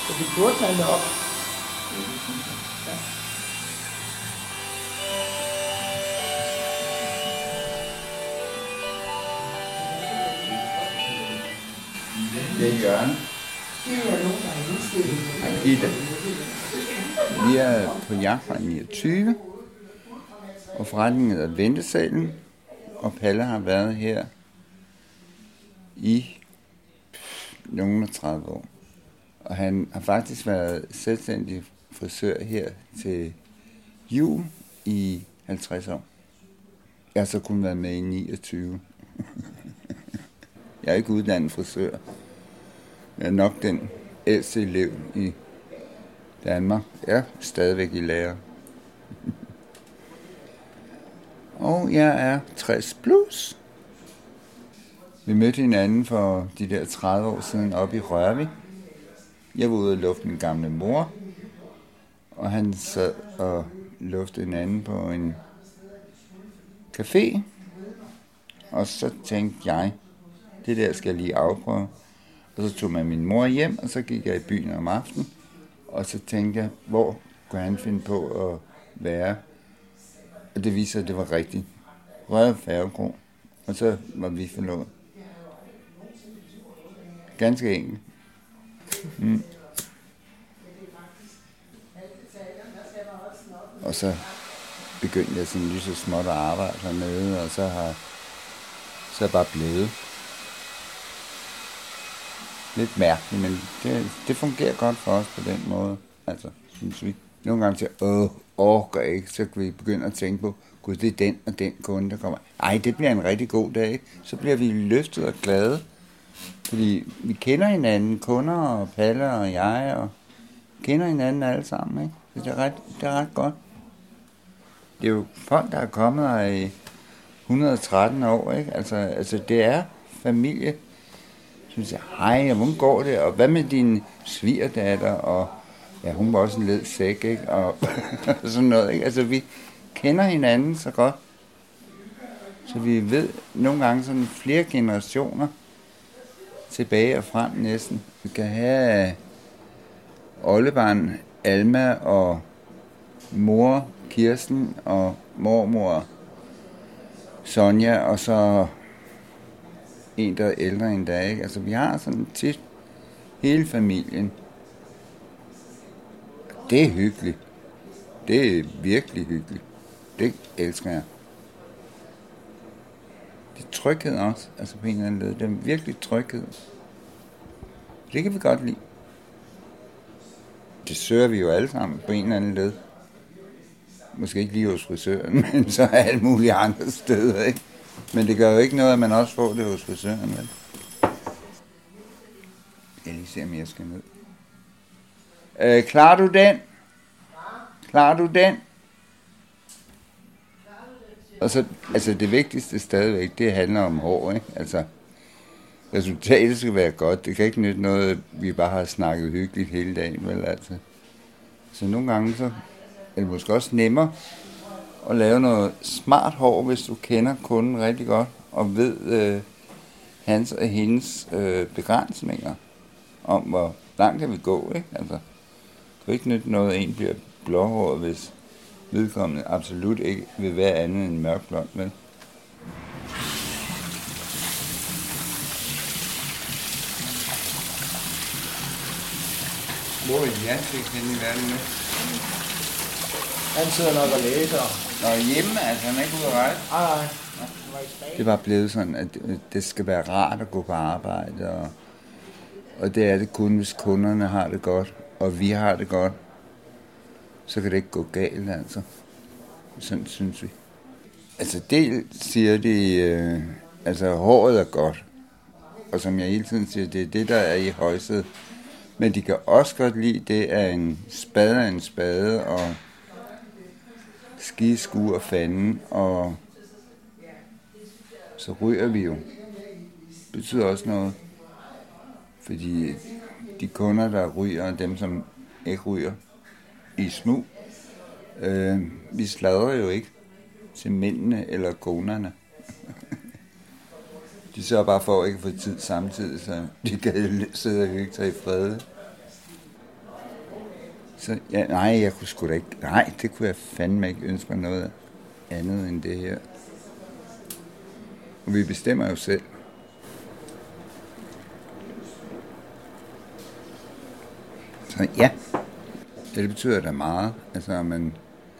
Så vi burde tage det op. Det er Jørgen. Det er nogen, der er indstillet. Gitte. Vi er på jagt fra 29, og forretningen hedder Ventesalen, og Palle har været her i nogle 30 år. Og han har faktisk været selvstændig frisør her til jul i 50 år. Jeg har så kun været med i 29. Jeg er ikke uddannet frisør. Jeg er nok den ældste elev i Danmark. Jeg er stadigvæk i lære. Og jeg er 60 plus. Vi mødte hinanden for de der 30 år siden oppe i Rørvig. Jeg var ude og lufte min gamle mor, og han sad og luftede en anden på en café. Og så tænkte jeg, det der skal jeg lige afprøve. Og så tog man min mor hjem, og så gik jeg i byen om aftenen. Og så tænkte jeg, hvor kunne han finde på at være? Og det viste sig, at det var rigtigt. Røde Færgekro. Og så var vi forlovet. Ganske enkelt. Mm. Og så begyndte jeg sådan lige så småt at arbejde hernede, og så er jeg bare blevet. Lidt mærkeligt, men det fungerer godt for os på den måde, altså, synes vi. Nogle gange siger orker ikke, så kan vi begynde at tænke på, gud, det er den og den kunde, der kommer. Ej, det bliver en rigtig god dag, så bliver vi løftet og glade, fordi vi kender hinanden, kunder og Palle og jeg, og kender hinanden alle sammen, ikke? Så det er ret godt. Det er jo folk, der er kommet her i 113 år, ikke? Altså det er familie. Så siger hej, og hvordan går det? Og hvad med din svigerdatter? Og ja, hun var også en led sæk, ikke? Og sådan noget, ikke? Altså, vi kender hinanden så godt. Så vi ved nogle gange sådan flere generationer tilbage og frem næsten. Vi kan have oldebarn Alma og mor Kirsten og mormor Sonja, og så en, der er ældre end dag, ikke? Altså, vi har sådan tit hele familien. Det er hyggeligt. Det er virkelig hyggeligt. Det elsker jeg. Det er tryghed også, altså på en eller anden led. Det er virkelig tryghed. Det kan vi godt lide. Det søger vi jo alle sammen på en eller anden led. Måske ikke lige hos frisøren, men så alle mulige andre steder, ikke? Men det gør jo ikke noget, at man også får det hos frisøren, vel? Jeg lige se, om jeg skal ned. Klarer du den? Klarer du den? Og så, altså det vigtigste stadigvæk, det handler om hår, ikke? Altså, resultatet skal være godt. Det kan ikke nytte noget, at vi bare har snakket hyggeligt hele dagen, vel? Altså. Så nogle gange så er det måske også nemmere at lave noget smart hår, hvis du kender kunden rigtig godt, og ved hans og hendes begrænsninger om, hvor langt kan vi gå, ikke? Altså, det kan ikke nytte noget, at en bliver blåhåret, hvis vedkommende absolut ikke vil være andet end mørkblond, vel? Hvor er Jansvik henne i verden nu? Han sidder nok og læser. Nå, hjemme, altså han er ikke ude at rejse? Nej. Det er bare blevet sådan, at det skal være rart at gå på arbejde, og det er det kun, hvis kunderne har det godt, og vi har det godt. Så kan det ikke gå galt, altså. Sådan synes vi. Altså, del siger de, altså håret er godt, og som jeg hele tiden siger, det er det, der er i højsædet. Men de kan også godt lide, det er en spade, og skisku og fanden, og så ryger vi jo. Det betyder også noget, fordi de kunder, der ryger, og dem, som ikke ryger i smug, vi sladrer jo ikke til mændene eller konerne. De sørger bare for at ikke få tid samtidig, så de kan sidde og hygge sig i fred. Så ja, nej, jeg kunne sgu da ikke, nej, det kunne jeg fandme ikke ønske mig noget andet end det her. Og vi bestemmer jo selv. Så ja, det betyder da meget. Altså, man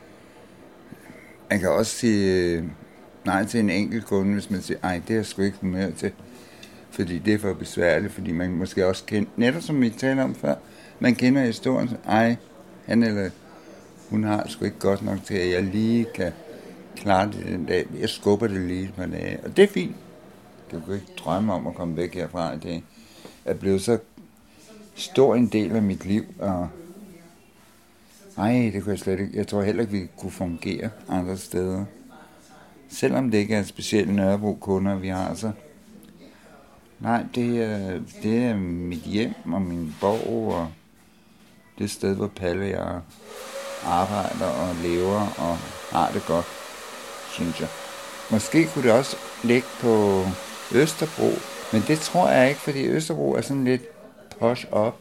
kan også sige nej til en enkelt kunde, hvis man siger, ej, det er jeg sgu ikke humør til. Fordi det er for besværligt, fordi man måske også kender, netop som vi talte om før, man kender historien, så ej, han eller hun har sgu ikke godt nok til, at jeg lige kan klare det den dag. Jeg skubber det lige på dage, og det er fint. Du kan ikke drømme om at komme væk herfra i dag. Jeg er blevet så stor en del af mit liv, og det kunne jeg slet ikke. Jeg tror heller ikke, vi kunne fungere andre steder. Selvom det ikke er specielt Nørrebro-kunder, vi har, så nej, det er mit hjem og min borg, og det sted, hvor Palle jeg arbejder og lever og har det godt, synes jeg. Måske kunne det også ligge på Østerbro, men det tror jeg ikke, fordi Østerbro er sådan lidt posh op.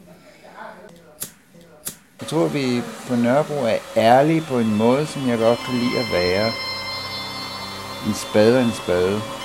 Jeg tror, vi på Nørrebro er ærlige på en måde, som jeg godt kan lide at være. En spade er en spade.